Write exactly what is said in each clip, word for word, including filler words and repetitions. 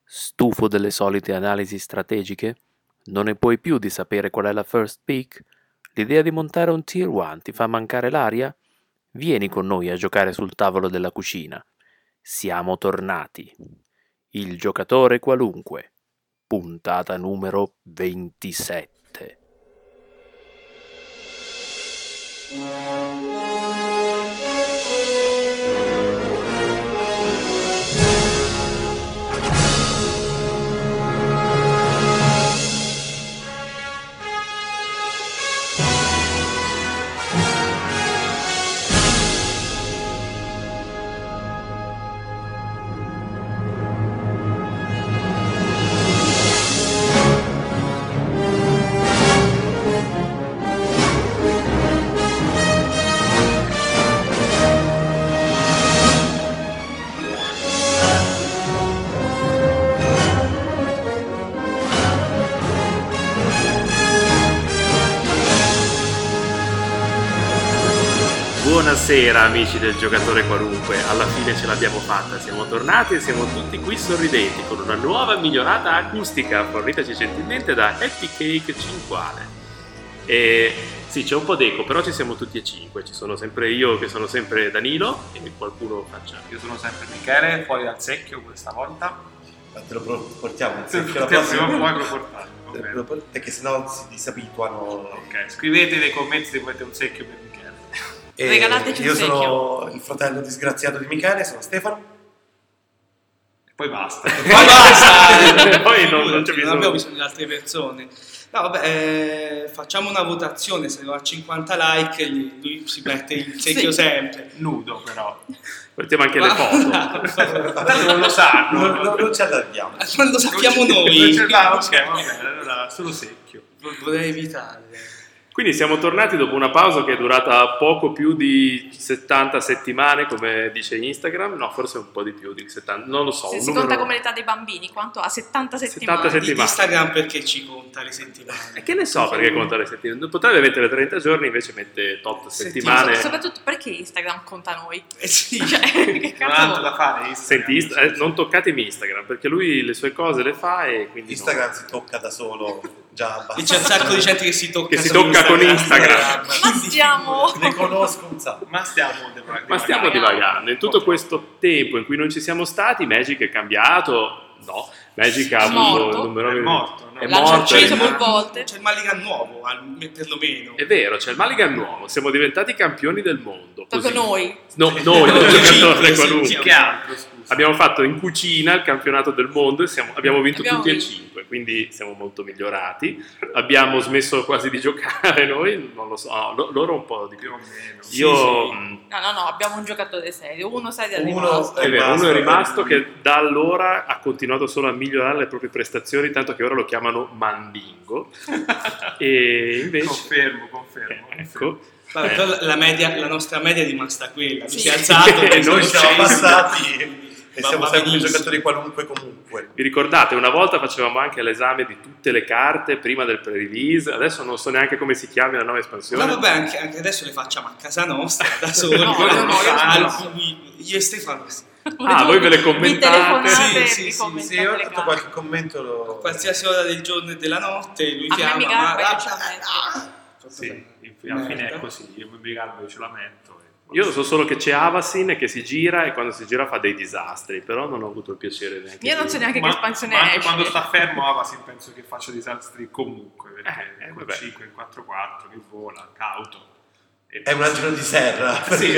Stufo delle solite analisi strategiche? Non ne puoi più di sapere qual è la first pick? L'idea di montare un tier one ti fa mancare l'aria? Vieni con noi a giocare sul tavolo della cucina. Siamo tornati. Il giocatore qualunque. Puntata numero ventisette. Buonasera amici del giocatore qualunque, alla fine ce l'abbiamo fatta, siamo tornati e siamo tutti qui sorridenti con una nuova migliorata acustica fornitaci gentilmente da Happy Cake Cinquale. E sì, c'è un po' d'eco, però ci siamo tutti e cinque, ci sono sempre io che sono sempre Danilo e qualcuno faccia. Io sono sempre Michele, fuori dal secchio questa volta. Ma te lo portiamo il secchio Te la prossima? prima o poi lo portare, Te lo por- perché sennò si disabituano. Ok, scrivete nei commenti se volete un secchio per Michele. E Regalateci io un sono secchio. il fratello disgraziato di Michele, sono Stefano. E poi basta. Poi basta! Poi non- non c'è non bisogno. abbiamo bisogno di altre persone. No, vabbè, eh, facciamo una votazione, se arriva a cinquanta like gli- lui si mette il secchio Sì. sempre. Nudo però. Portiamo anche le foto. Tanto non lo sanno. Non, non- non ci allarghiamo. Ma lo sappiamo Non noi. c'è- ah, ok, va bene, allora solo secchio. Vorrei evitare. Quindi siamo tornati dopo una pausa che è durata poco più di settanta settimane, come dice Instagram, no, forse un po' di più di settanta, non lo so. Se un si numero- conta come l'età dei bambini, quanto ha? settanta settimane. settanta settimane. Instagram perché ci conta le settimane. E che ne so perché conta le settimane? Potrebbe mettere trenta giorni, invece mette tot settimane. So- soprattutto perché Instagram conta noi. Eh sì. Cioè, che Non ha altro cazzo? da fare. Senti, Inst- eh, non toccatemi Instagram, perché lui le sue cose le fa e quindi... no. Instagram si tocca da solo già E c'è un abbastanza. sacco di gente che si tocca Che si su tocca con Instagram. Ma stiamo... Ne conosco un sacco. Ma stiamo divagando. Ma stiamo divagando. In tutto questo tempo in cui non ci siamo stati, Magic è cambiato? No, Magic ha È avuto morto. numerosi... È morto, no? È L'ha morto, ucciso è più rimasto- volte. C'è il Mulligan nuovo, al- perlomeno. È vero, c'è il Mulligan nuovo, siamo diventati campioni del mondo. Proprio così. noi. No, noi, il giocatore Sì, qualunque. sì, Che altro, scusa? Abbiamo fatto in cucina il campionato del mondo e siamo- abbiamo vinto Abbiamo tutti e vinto. cinque, quindi siamo molto migliorati. Abbiamo smesso quasi di giocare noi, non lo so, no, lo- loro un po' di più. Più o meno. Io, sì. mh, No, no, no, abbiamo un giocatore serio. Uno serio è Uno rimasto. è vero, rimasto, uno è rimasto eh, che da allora ha continuato solo a migliorare le proprie prestazioni, tanto che ora lo chiamano Mandingo. E invece... Confermo, confermo. Eh, ecco. Vabbè, Eh. però la, media, la nostra media è rimasta quella, lui Sì. si è alzato E e noi Noi siamo sceso. passati e Va- siamo va sempre benissimo. giocatori qualunque comunque. Vi ricordate, una volta facevamo anche l'esame di tutte le carte prima del pre-release, adesso non so neanche come si chiami la nuova espansione. No, vabbè, anche, anche adesso le facciamo a casa nostra, da soli. No, Poi no, non no, lo io sanno. no. Io e Stefano, Ah, voi ve le Vi commentate? telefonate Sì, e sì, vi sì, commentate Sì, io ho le fatto carte. qualche commento. Lo... qualsiasi ora del giorno e della notte, lui A me chiama, mi ma... garba, io ah, ce la ah, metto. ah. Sì, alla fine Merda. è così. Io mi garbo, io ce la metto. e- Io so solo che c'è Avasin che si gira e quando si gira fa dei disastri, però non ho avuto il piacere neanche Io non di- so neanche che Ma- espansione ma anche esce. quando sta fermo Avasin penso che faccia disastri comunque perché Eh, eh, con vabbè. cinque in quattro quattro che vola, cauto. E- È un angelo di serra. Sì,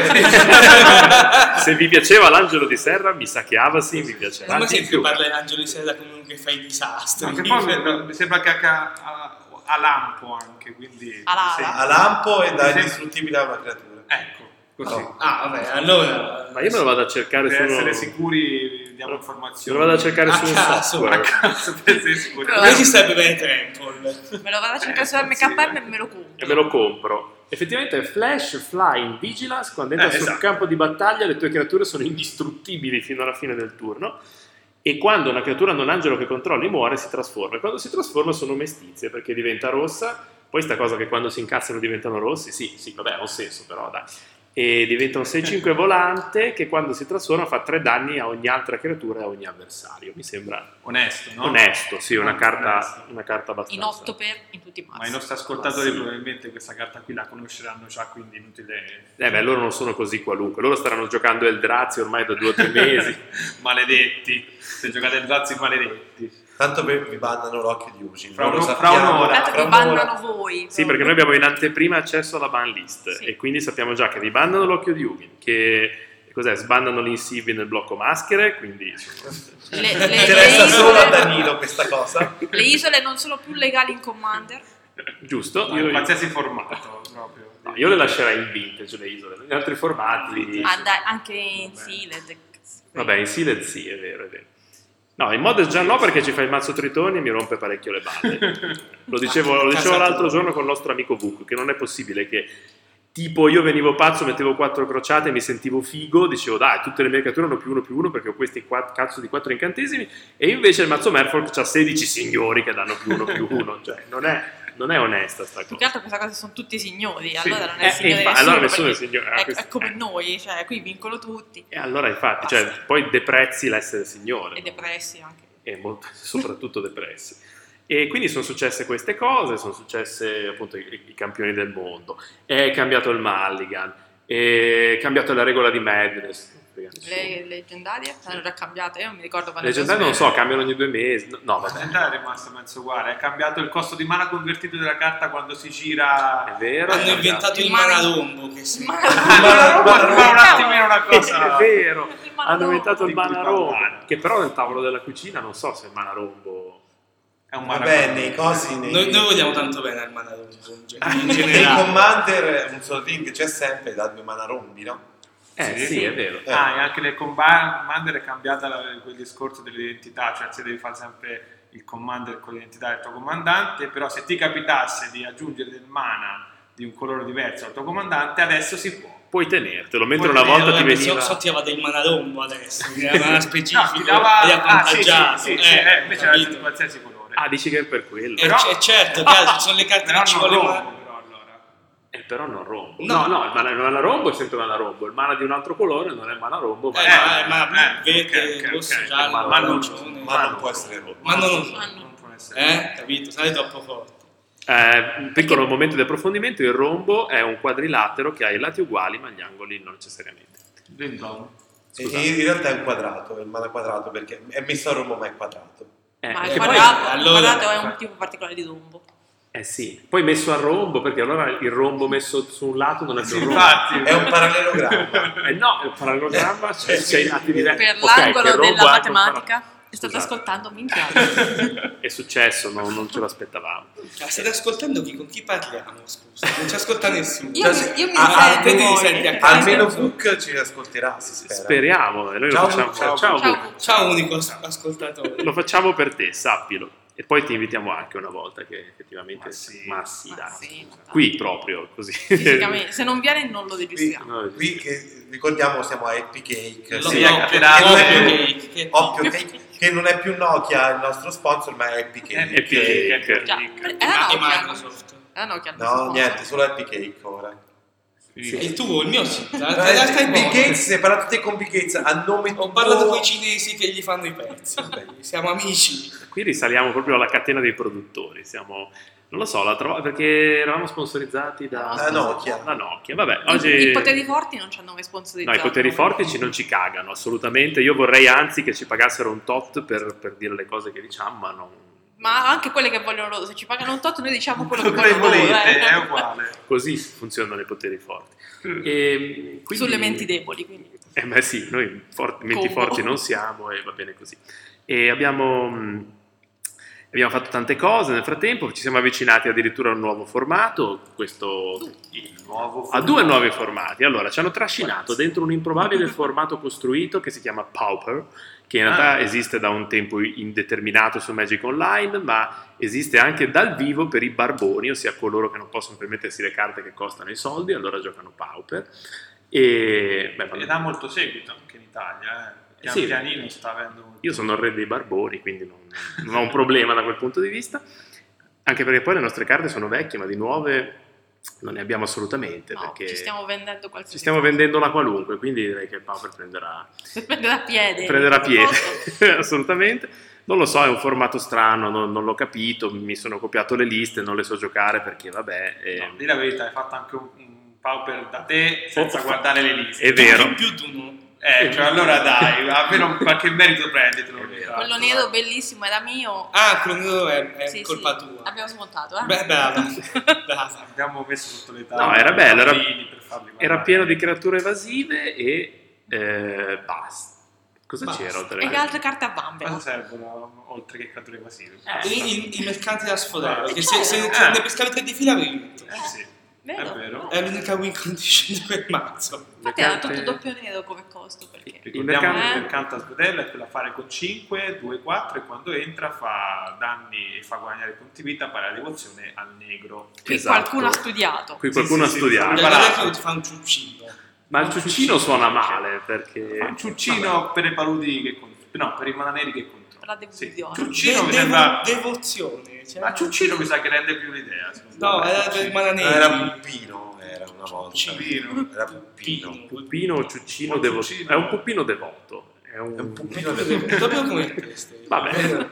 Se vi piaceva l'angelo di Serra, mi sa che Avasin vi piacerà. Non mi di sento più. parlare Angelo di Sera come uno che fa i disastri. Anche poi mi- mi sembra che ha, ha, ha lampo anche, quindi Ha lava. sì. A lampo e dà Sì. indistruttibile a una creatura. Ecco, così. No. Ah, vabbè, allora... Ma io me lo vado a cercare Per su essere uno... sicuri diamo Me informazioni. lo vado a cercare A su un caso, software. A caso, per essere sicuri. Però- Non esisterebbe bene Trample. Me lo vado a cercare su M K M e me lo compro. E me lo compro. Effettivamente Flash, Flying, Vigilance, quando entri Eh, sul esatto. campo di battaglia le tue creature sono indistruttibili fino alla fine del turno e quando una creatura non angelo che controlli muore si trasforma e quando si trasforma sono mestizie perché diventa rossa, poi sta cosa che quando si incazzano diventano rossi, sì, sì, vabbè ha un senso però dai. e diventa un sei cinque volante che quando si trasforma fa tre danni a ogni altra creatura e a ogni avversario. Mi sembra Onesto, no? onesto, sì, una Molto carta, onesto. una carta abbastanza. In otto per in tutti i mazzi. Ma i nostri ascoltatori Ah, sì. probabilmente questa carta qui la conosceranno già, quindi inutile. Eh beh, loro non sono così qualunque, loro staranno giocando Eldrazi ormai da due o tre mesi. Maledetti, se giocate il razzi maledetti. Tanto per, vi bannano l'occhio di Ugin. Fra non lo un- fra sappiamo. un'ora. Tanto Fra vi un'ora. bannano voi. Sì, perché noi abbiamo in anteprima accesso alla ban list Sì. e quindi sappiamo già che vi bannano l'occhio di Ugin, che cos'è? Sbandano l'Insivvi nel blocco maschere, quindi Le, le- le Interessa solo a isole, Danilo questa cosa. le isole non sono più legali in Commander. giusto? Ma Io, in qualsiasi formato proprio. no, io le lascerei in vintage le isole, in altri formati. Ah, dai, anche in Sealed. Vabbè, in Sealed sì, è vero, è vero. No, in Modern già no perché ci fa il mazzo tritoni e mi rompe parecchio le balle. Lo dicevo, lo dicevo l'altro giorno con il nostro amico Vuk, che non è possibile che tipo io venivo pazzo, mettevo quattro crociate, mi sentivo figo, dicevo dai, tutte le mie creature hanno più uno più uno perché ho questi qua, cazzo di quattro incantesimi, e invece il mazzo Merfolk c'ha sedici signori che danno più uno più uno, cioè non è, non è onesta sta Più cosa. che altro questa cosa sono tutti signori, Sì. allora non è Eh, il signore infa- nessuno, allora nessuno è perché signore, ah, è, questo- è come eh. noi, cioè qui vincono tutti E allora infatti, cioè, poi deprezzi l'essere signore. e no? depressi anche. E molto, soprattutto depressi. E quindi sono successe queste cose, sono successe appunto i, i campioni del mondo, è cambiato il Mulligan, è cambiato la regola di Madness. non frega nessuno. Le leggendarie sono già cambiate, io non mi ricordo quando Leggendario non so, cambiano ogni due mesi. No, no, vabbè. Leggendario è rimasto mezzo uguale. È cambiato il costo di mana convertito della carta quando si gira. È vero. Hanno è cambiato. inventato il Il mana- manarombo che si Ma- Ma ma un attimino una cosa. È vero, Il mana hanno rombo. inventato il Di cui mana rombo, parlare. che però nel tavolo della cucina non so se il mana rombo. È un mana Vabbè, convertito. nei cosi, nei, Noi, noi vogliamo tanto bene al manarombo in nei generale. Commander un Sol Ring c'è sempre da due mana rombi, no? Eh sì, Sì. è vero. Eh. Ah, e anche nel Commander è cambiata la- quel discorso dell'identità, cioè se devi fare sempre il Commander con l'identità del tuo comandante, però se ti capitasse di aggiungere del mana di un colore diverso al tuo comandante, adesso si può. Puoi tenertelo, mentre Puoi una volta ti Allora, so, veniva... so ti dava del manarombo adesso, che era una specifica, No, ti dava... eri Ah, sì, sì, avvantaggiato. sì, sì, eh, eh, invece era di capito? qualsiasi colore. Ah, dici che è per quello. E Però- c- certo, chiaro, ci sono le carte Però che ci non vuole rombo, mana- però, allora. Eh, però non rombo. No. No, no, il mana, il mana rombo è sempre mana rombo. Il mana di un altro colore non è mana rombo, ma Eh, è ma, mana- ma blu, eh, verde, ok, ok, rosso, ok. giallo, Ma- ma non- arancione. Ma non può essere rombo. Ma non, Ma no. Non può essere. eh, capito, sarai troppo forte. Eh, un piccolo momento di approfondimento: il rombo è un quadrilatero che ha i lati uguali, ma gli angoli non necessariamente. Dindon. E- Scusate. e in realtà è un quadrato, è il mana quadrato perché è messo a rombo ma è quadrato. Eh, Ma che il poi- quadrato, allora- il quadrato è un tipo particolare di rombo. eh sì, poi messo a rombo, perché allora il rombo messo su un lato non è più Sì, un rombo. infatti. È un parallelogramma. Eh no, è un parallelogramma, c'è, c'è i lati diversi. Per Ok, che l'angolo il rombo della è anche un matematica, state Scusate. ascoltando minchiate. È successo, no, non ce l'aspettavamo. Ah, state ascoltando chi, con chi parliamo, scusa? Non ci ascolta nessuno. Io, Cioè, mi- io mi ah, ah, sento te ti voi. senti a casa. Almeno Book ci ascolterà, si spera. Speriamo, e noi Ciao, lo facciamo. ciao, ciao, ciao. Book. Ciao unico as- ascoltatore. Lo facciamo per te, sappilo. E poi ti invitiamo anche una volta che effettivamente... Ma sì. ma sì, Ma dai. sì, ma dai. Qui proprio, così. Fisicamente, se non viene non lo Qui, registriamo. No, qui che ricordiamo siamo a Happy Cake. Lo- Sì, no, hackerato. che non è Oppio più Cake, cake, che- Oppio Cake, che non è più Nokia il nostro sponsor, ma è Happy Cake. Happy Cake. Già, Cake. è la Ma- e Nokia. Microsoft. È la Nokia. No, niente, solo Happy Cake ora. Sì. Il tuo, il mio sì. La- la- Dai, la- stai Bill buono. Gates, sei parlato te con Bill Gates a nome Ho tuo. parlato con i cinesi che gli fanno i pezzi. Vabbè, siamo amici. Qui risaliamo proprio alla catena dei produttori. Siamo, non lo so, l'altra volta perché eravamo sponsorizzati da, Da Nokia. da Nokia. Vabbè, I, oggi I poteri forti non ci hanno mai no, sponsorizzato. i poteri forti ci, non ci cagano assolutamente. Io vorrei anzi che ci pagassero un tot per, per dire le cose che diciamo, ma non Ma anche quelle che vogliono loro, se ci pagano un tot noi diciamo quello che Quello che vogliono loro. volete, eh. è uguale. così funzionano i poteri forti. E, quindi- Sulle menti deboli, quindi. Eh beh sì, noi forti, menti Combo. forti non siamo e va bene così. E abbiamo, mh, abbiamo fatto tante cose nel frattempo, ci siamo avvicinati addirittura a un nuovo formato, questo, il- Nuovo a due nuovi formati. Allora, ci hanno trascinato dentro un improbabile formato costruito che si chiama Pauper, che in realtà Ah. esiste da un tempo indeterminato su Magic Online, ma esiste anche dal vivo per i barboni, ossia coloro che non possono permettersi le carte che costano i soldi, allora giocano Pauper. E, beh, Ed ha molto seguito anche in Italia, eh. Pian Sì. pianino sta avendo... io sono il re dei barboni, quindi non, non ho un problema da quel punto di vista, anche perché poi le nostre carte sono vecchie, ma di nuove non ne abbiamo assolutamente, No, perché ci stiamo vendendo qualsiasi ci stiamo cosa. vendendo la qualunque, quindi direi che Pauper prenderà, Prenderà piede. prenderà piede, Posso? assolutamente. Non lo so, è un formato strano, non, non l'ho capito, mi sono copiato le liste, non le so giocare perché vabbè... eh, No, di la verità, hai fatto anche un, un Pauper da te senza Oh, guardare le liste. È vero. In più tu no. Eh, cioè, allora dai, almeno qualche merito prenditelo. È vero. Quello nero bellissimo era mio. Ah, quello è, è Sì, colpa sì, tua. abbiamo smontato, eh. Beh, brava. brava. Abbiamo messo sotto le No, tavole era bello, era, bambini per farli era guardare. pieno di creature evasive e eh, basta. Cosa Basta. c'era? oltre E a- che altre carte a bambera? Cosa servono oltre che catture evasive? Eh, I, i- i mercanti da sfodare, Eh, che se, se, certo. se Eh. ne pescavi tre di fila avevi vinto. Eh sì, Vero? è vero. È l'unica win condition di quel mazzo. Infatti Le era carte- tutto doppio nero come costo, perché... Ricordiamo mercanti- che Eh. il mercante a svedella è quella a fare con cinque, due, quattro e quando entra fa danni e fa guadagnare punti vita pari alla devozione al negro. Qui Esatto. qualcuno ha studiato. Qui qualcuno Sì, sì, ha sì, studiato. sì. La Preparato. guarda che ti fa un ciuccino. Ma il ciuccino suona male perché... Un ciuccino per le paludi che controlla. No, per i mananeri che controlla. Per la Sì. devozione. Ciuccino De- mi devo- sembra... devozione. Cioè, Ma ciuccino mi sa che rende più l'idea. secondo No, me. era per i No, mananeri. era Puppino, era una volta. Ciuccino. Era Puppino. Puppino o ciuccino Un devo... ciuccino. È un puppino devoto. È un, È un puppino Proprio, del... proprio come queste. Vabbè.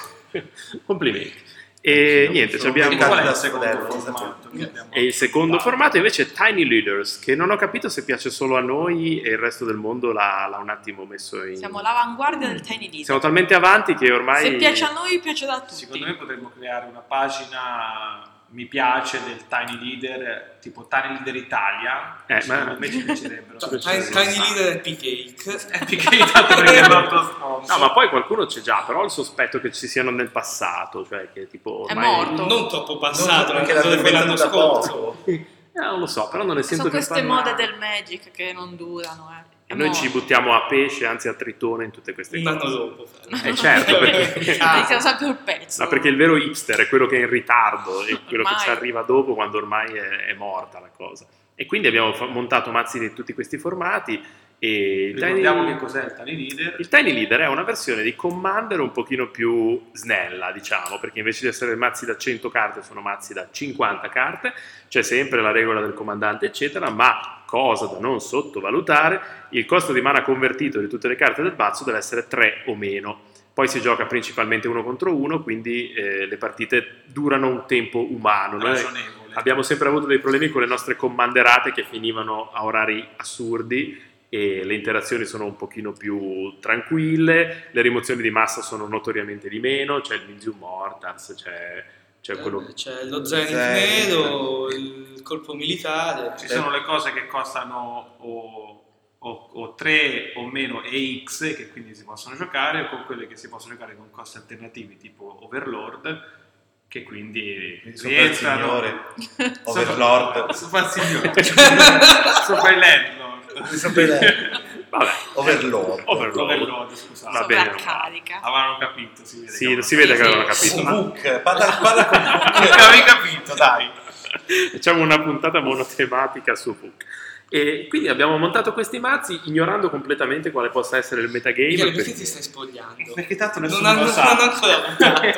Complimenti. E niente, ci abbiamo... Quindi qual è il Mercante secondo da svedella, formato? che abbiamo E il secondo affrontato? formato invece è Tiny Leaders, che non ho capito se piace solo a noi e il resto del mondo l'ha, l'ha un attimo messo in... Siamo all'avanguardia del Tiny Leader. Siamo talmente avanti che ormai... Se piace a noi, piace a tutti. Secondo me potremmo creare una pagina mi piace del Tiny Leader, tipo Tiny Leader Italia. Eh, Secondo ma- me ci piacerebbero. Tiny, Tiny Leader Happy Cake. Eh, perché intanto perché è molto sponsor. No, ma poi qualcuno c'è già, però ho il sospetto che ci siano nel passato, cioè che tipo È ormai... morto. Non troppo passato, perché perché l'hanno dove l'anno inventato da scorso. poco. Eh, non lo so, però non ne sento Sono più queste parlare. mode del Magic che non durano, eh. E noi ci buttiamo a pesce, anzi a tritone in tutte queste Un cose. anno dopo. Eh certo, perché... Ah. Siamo sempre sul pezzo. Ma perché il vero hipster è quello che è in ritardo e quello Ormai. che ci arriva dopo quando ormai è, è morta la cosa. E quindi abbiamo fa- montato mazzi di tutti questi formati e il Ricordiamo Tiny- che cos'è il Tiny Leader. il Tiny Leader è una versione di Commander un pochino più snella, diciamo, perché invece di essere mazzi da cento carte sono mazzi da cinquanta carte, c'è sempre la regola del comandante eccetera, ma cosa da non sottovalutare, il costo di mana convertito di tutte le carte del mazzo deve essere tre o meno. Poi si gioca principalmente uno contro uno, quindi eh, le partite durano un tempo umano. Noi Ragionevole. abbiamo sempre avuto dei problemi con le nostre commanderate che finivano a orari assurdi e le interazioni sono un pochino più tranquille, le rimozioni di massa sono notoriamente di meno, c'è il Minzium Mortars, c'è, c'è quello... C'è lo Zenith Zenith. nero, il colpo militare. Ci sono le cose che costano o, o, o tre o meno E X che quindi si possono giocare, o con quelle che si possono giocare con costi alternativi tipo Overlord che quindi Sopra il signore, Overlord. Sopra il signore. Sopra il landlord. Sopra il- Vabbè, Overlord. Overlord. Overlord, scusate. Va bene. Sovraccarica. Avevano capito, si vede. Sì, che si vede che Sì, avevano sì. capito. Su Book, parla, parla con Non avevi capito, dai. Facciamo una puntata monotematica su Book. E quindi abbiamo montato questi mazzi ignorando completamente quale possa essere il metagame. Michele, perché- perché ti stai spogliando? Perché tanto Non nessuno hanno, lo non sa. hanno ancora puntato.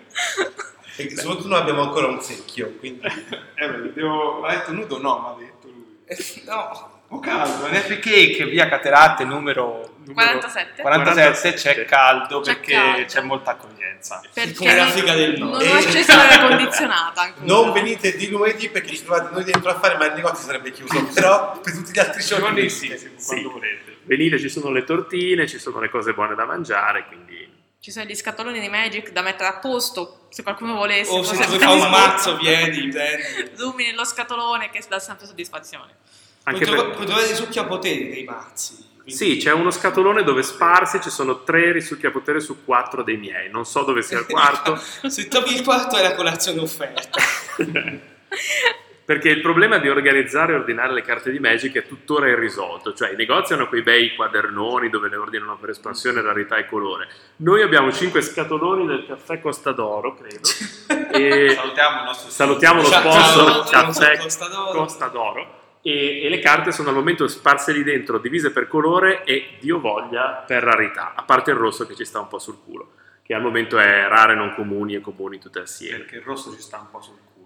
E soprattutto noi abbiamo ancora un secchio, quindi Eh, beh, devo... Ha detto nudo? No, ma ha detto lui. Eh, No, O caldo, in F Cake, via Caterate, numero, numero quarantasette. quarantasette, c'è caldo C'è perché caldo. c'è molta accoglienza. Perché come l'Africa del non Nord. ho acceso l'aria condizionata ancora. non venite di lunedì perché ci trovate noi dentro a fare, ma il negozio sarebbe chiuso. Però per tutti gli altri giorni Giorni venite. sì, sì, Sì. quando volete. Venite, ci sono le tortine, ci sono le cose buone da mangiare, quindi... Ci sono gli scatoloni di Magic da mettere a posto, se qualcuno volesse. o se cose vuoi fare un fresche. mazzo, vieni, prendi. Zoom nello scatolone che dà sempre soddisfazione. Anche puoi, per- trovare, puoi trovare i succhiapoteri dei mazzi. Quindi- Sì, c'è uno scatolone dove sparsi ci sono tre risucchiapotere su quattro dei miei. Non so dove sia il quarto, Se trovi il quarto è la colazione offerta. perché il problema di organizzare e ordinare le carte di Magic è tuttora irrisolto. Cioè i negozi hanno quei bei quadernoni dove le ordinano per espansione, rarità e colore. Noi abbiamo cinque scatoloni del caffè Costa d'Oro, credo. E Salutiamo il nostro salutiamo lo Ciao, sponsor ciao, Caffè Costa d'Oro. Costa d'Oro. E, e le carte sono al momento sparse lì dentro, divise per colore e Dio voglia per rarità, a parte il rosso che ci sta un po' sul culo, che al momento è rare, non comuni e comuni tutte assieme. perché il rosso ci sta un po' sul culo.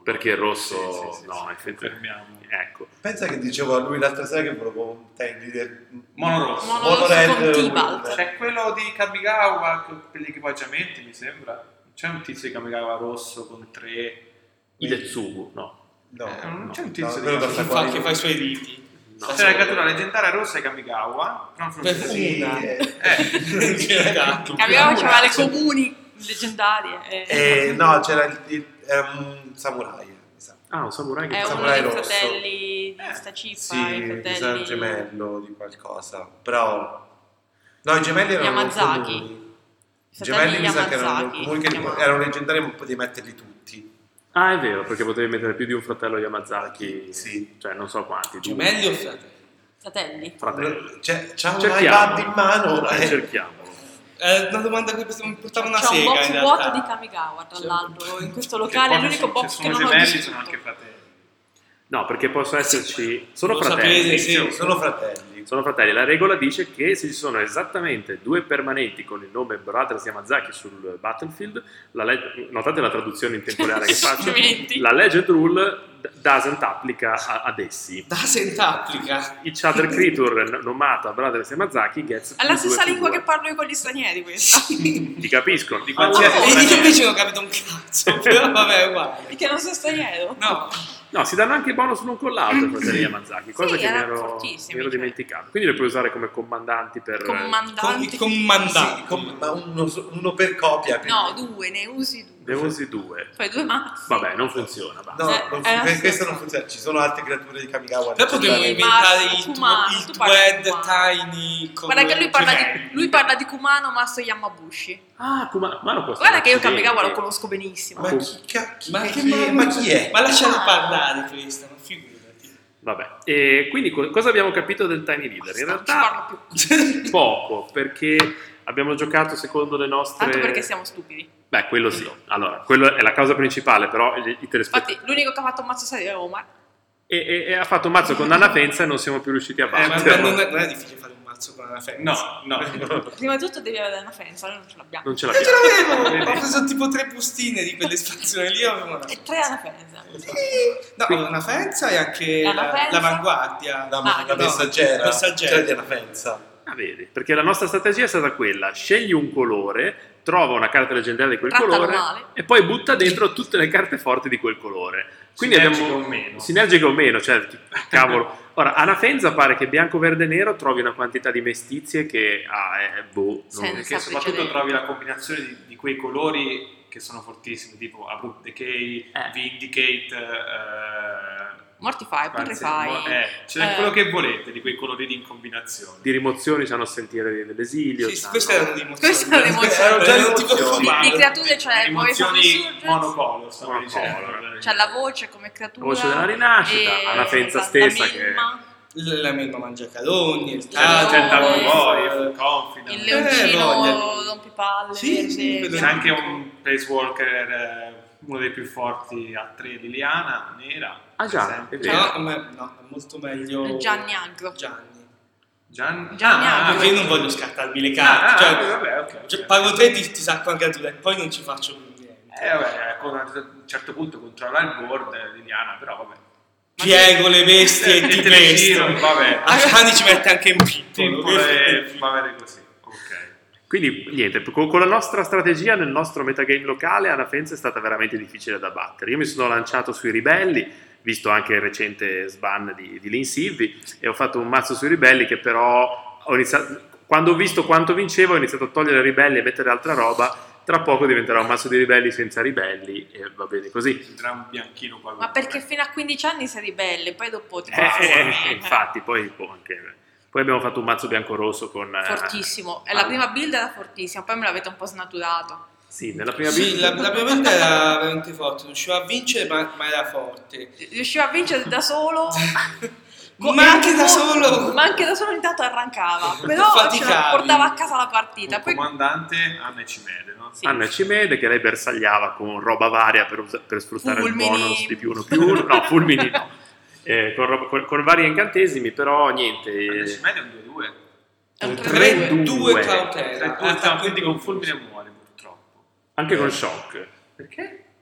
Perché il rosso, Sì, sì, sì, no, sì, effettivamente. confermiamo. Ecco. Pensa che dicevo a lui l'altra sera che volevo un tag leader Mono rosso. Mono rosso Red con Wing. Tibalt. C'è quello di Kamigawa per gli equipaggiamenti, mi sembra. C'è un tizio di Kamigawa rosso con tre. Idetsugu, no. No, Eh, non no, c'è un no, tizio di quello da Kamigawa. Che fa, Sakura. che fa i suoi riti. No. C'è la creatura leggendaria rossa di Kamigawa. Non so Per se Sì, una. eh, Eh, Esatto. Capiamo c'aveva le comuni leggendarie. eh. eh, no, c'era il, il- era un samurai, mi sa. Ah, un samurai che È fa- uno Samurai dei rosso. fratelli di Eh, sta cippa, Sì, i mi sa fratelli il gemello di qualcosa, però no, i gemelli erano Yamazaki. comuni. i I fratelli gemelli mi sa che erano Yamazaki, comuni, che chiamavano. erano leggendari, ma potevi metterli tutti. Ah, è vero, perché potevi mettere più di un fratello Yamazaki. Sì. Cioè, non so quanti. due. Gemelli o fratelli? fratelli. Fratelli. C'è, c'ha un Cerchiamo. iPad in mano. Dai, eh. cerchiamolo. È una domanda che mi portava una C'è un sega box in vuoto realtà. di Kamigawa, tra C'è- l'altro, in questo che locale è quando l'unico ci box che sono non ho gemelli visto. sono anche fratelli. No, perché possono esserci... Sono Lo fratelli. sapete, sì. Sono fratelli. Sono fratelli. La regola dice che se ci sono esattamente due permanenti con il nome Brothers Yamazaki sul Battlefield, la leg- notate la traduzione in tempo reale che faccio, Complimenti. la legend rule d- doesn't applica a- ad essi. Da applica. Each other creature n- nomata Brothers Yamazaki gets È la più due stessa più lingua due. che parlo io con gli stranieri questa. Ti capiscono. Di qualsiasi E io straniero. invece non ho capito un cazzo, però vabbè, è uguale. Perché non sono straniero? No, No, si danno anche i bonus l'un con l'altro i fratelli Yamazaki, cosa Sì, che mi erano ero, fortissimi, mi ero cioè. dimenticato. Quindi li puoi usare come comandanti per... con, Comandanti. i comandanti. Sì, com- ma uno, uno per copia. No, due, ne usi due. ne usi due. Fai due mazzi. Vabbè, non funziona, basta. No, Eh, non è fu- la per questo stessa. non funziona. Ci sono altre creature di Kamigawa. Però potremmo Sì, inventare ma il, tu- Kumano, il tu parli di Twed Kumano. Tiny con Guarda che lui parla, gemelli. di, lui parla di Kumano Maso Yamabushi. Ah, Kuma- ma non posso Guarda che io accidenti. Kamigawa lo conosco benissimo. Ma chi, ca- chi, Ma, chi che è? Ma chi è? Ma lasciala parlare questa, ma figurati. Vabbè, e quindi co- cosa abbiamo capito del Tiny Leader? In Non ci realtà parlo più. poco, perché abbiamo giocato secondo le nostre... Tanto perché siamo stupidi. Beh, quello sì. Allora, quello è la causa principale, però i, i telespettatori... Infatti, l'unico che ha fatto un mazzo serio è Omar. E, e- e ha fatto un mazzo con Anna Fenza e non siamo più riusciti a Eh, ma batterlo. non è, non è difficile fare un mazzo con una fenza. No, no. Prima di tutto devi avere una fenza, noi non ce l'abbiamo. Non ce Non ce l'abbiamo. l'avevo! Ho preso tipo tre bustine di quell'espansione lì. Avevo una... E tre alla fenza. No, avevo una fenza e anche E una la- fenza? l'avanguardia. La, Ah, la no. messaggera. Messaggera. C'era di una fenza. Ah, vedi, perché la nostra strategia è stata quella: scegli un colore, trova una carta leggendaria di quel Trattalo colore male. e poi butta dentro tutte le carte forti di quel colore. Quindi Sinergica abbiamo o meno. sinergica o meno, cioè chi- cavolo. Ora, a Nafenza pare che bianco, verde e nero trovi una quantità di mestizie che ah, è boh, non- Senza Perché soprattutto precedenti. trovi la combinazione di, di quei colori che sono fortissimi, tipo Abrupt Decay, Eh. Vindicate, eh, Mortify, anzi, Putrefy. mo- eh, c'è eh, quello che volete di quei colori lì in combinazione. di rimozioni c'hanno sentire dell'esilio. Sì, sì, c'hanno- queste erano di emozioni. Queste erano di emozioni. Erano già Erano tipo emozioni. Di, comando. di creature c'è il Voice of Emozioni Resurgence, monocolor, stavo Monocolor. dicendo. c'è la voce come creatura. La voce della rinascita, e- alla Fenza la stessa Milma, La la Milma Mangiacaroni, il La Ah, Tato, c'è il Leone. Tower Boy, il il Confident. Eh, voglia leoncino di- rompipalle. Sì, sì, verde. quello- C'è anche un Placewalker, eh, uno dei più forti a tre, Liliana, nera. Ah, già, presente. è vero. No, a me- no, è molto meglio Il Gianni Agro. Gianni. Gian... Gianni Ah, Agro. Perché io non voglio scattarmi le ah, carte. ah, cioè, vabbè, ok, ok. cioè, pago te ti, ti sacco anche tu e poi non ci faccio più niente. Eh, vabbè, con a un certo punto controlla il board, eh, Liliana, però vabbè. Piego le bestie e ti te le giro, pesto. vabbè. A Gianni ci mette anche in piccolo. Piccolo e va bene così. Ok. Quindi niente, con, con la nostra strategia nel nostro metagame locale Anna Fenza è stata veramente difficile da battere. Io mi sono lanciato sui ribelli, visto anche il recente sban di, di Lin Silvi, e ho fatto un mazzo sui ribelli che però ho iniziato, quando ho visto quanto vincevo ho iniziato a togliere ribelli e mettere altra roba. Tra poco diventerà un mazzo di ribelli senza ribelli e va bene così. Entrerà un bianchino qua. Ma perché fino a quindici anni sei ribelle, poi dopo ti Eh, fai fuori. eh, infatti, poi, boh, anche- poi abbiamo fatto un mazzo bianco-rosso con... eh, Fortissimo. E ah, la prima build era fortissima, poi me l'avete un po' snaturato. Sì, nella prima Sì, build- la, la prima volta era veramente forte, riusciva a vincere ma, ma era forte. Riusciva a vincere da solo. Co- Ma anche da co- solo. Ma anche da solo intanto arrancava. Però Faticavi. cioè, portava a casa la partita. Il Poi comandante Anna e Cimede, no? Sì. Anna Cimede che lei bersagliava con roba varia per, usa- per sfruttare Fulmini. il bonus di più uno più uno, no, fulmini no, Eh, con, roba- con- con vari incantesimi, però niente, Anna e eh, Cimede è un due due. è un tre tre due. due. due cautela. Ah, quindi con fulmine muore purtroppo. anche con shock. Perché?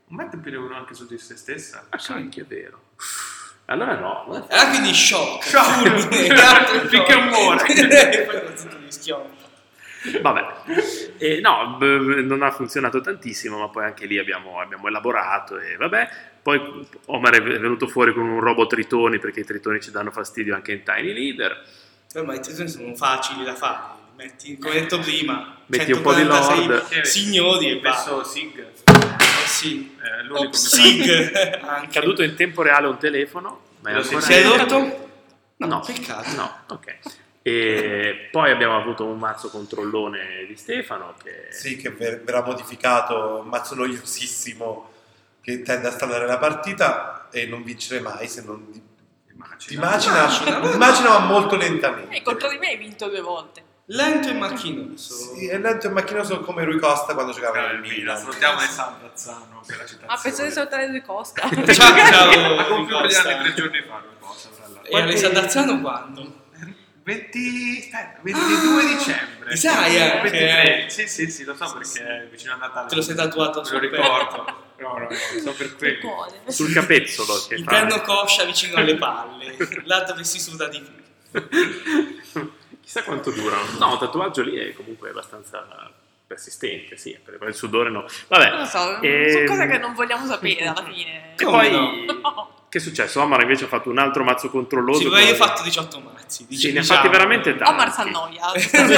Un metto più di uno anche su di se stessa. Ah, cacchio, è vero. Allora no. Ah, quindi shock. Shock. Fulmine, Finché muore. E poi non si ti schioppa. Vabbè, eh, no, b- non ha funzionato tantissimo, ma poi anche lì abbiamo, abbiamo elaborato e vabbè. Poi Omar è venuto fuori con un robot tritoni, perché i tritoni ci danno fastidio anche in Tiny Leader. Eh, ma i tritoni sono facili da fare. Metti, come detto prima, Metti un po' di centoquarantasei Lord. signori e Ho messo basta. Sig. Eh sì. Eh, l'unico Ops, che- Sig. È Anche. caduto in tempo reale un telefono, ma è Lo ancora... Si è rotto? No, No, peccato. no, ok. E poi abbiamo avuto un mazzo controllone di Stefano che... Sì, che ver- verrà modificato, un mazzo noiosissimo che tende a stallare la partita e non vincere mai se non di, Immagino. di macina, Macina. di macina ma molto lentamente. E contro di me hai vinto due volte. Lento e macchinoso. Sì, è lento e macchinoso come Rui Costa quando giocava Bravo, nel Milan. Milan. Salutiamo Alessandro Azzano per la citazione. Ah, penso di salutare lui Costa. Ciao, ciao. Ha compiuto gli Costa. anni tre giorni fa, Rui Costa, tra l'altro. E Alessandro Azzano quando? venti, aspetta, ventidue Ah, dicembre. li sai anche? ventitré. Sì, sì, sì, lo so perché è vicino a Natale. Te lo sei tatuato Me lo sul ricordo. No, no, no, so per quello. Cuore. Sul capezzolo che Interno fa... coscia vicino alle palle, là dove si suda di più. Chissà quanto durano. No, il tatuaggio lì è comunque abbastanza persistente, sì, per il sudore no. Vabbè. Non lo so, ehm, sono cose che non vogliamo sapere alla fine. E Come poi... no? Che è successo? Omar invece ha fatto un altro mazzo controlloso. Sì, ma io ho con- fatto diciotto mazzi. Sì, ne ha fatti veramente tanti. Omar s'annoia.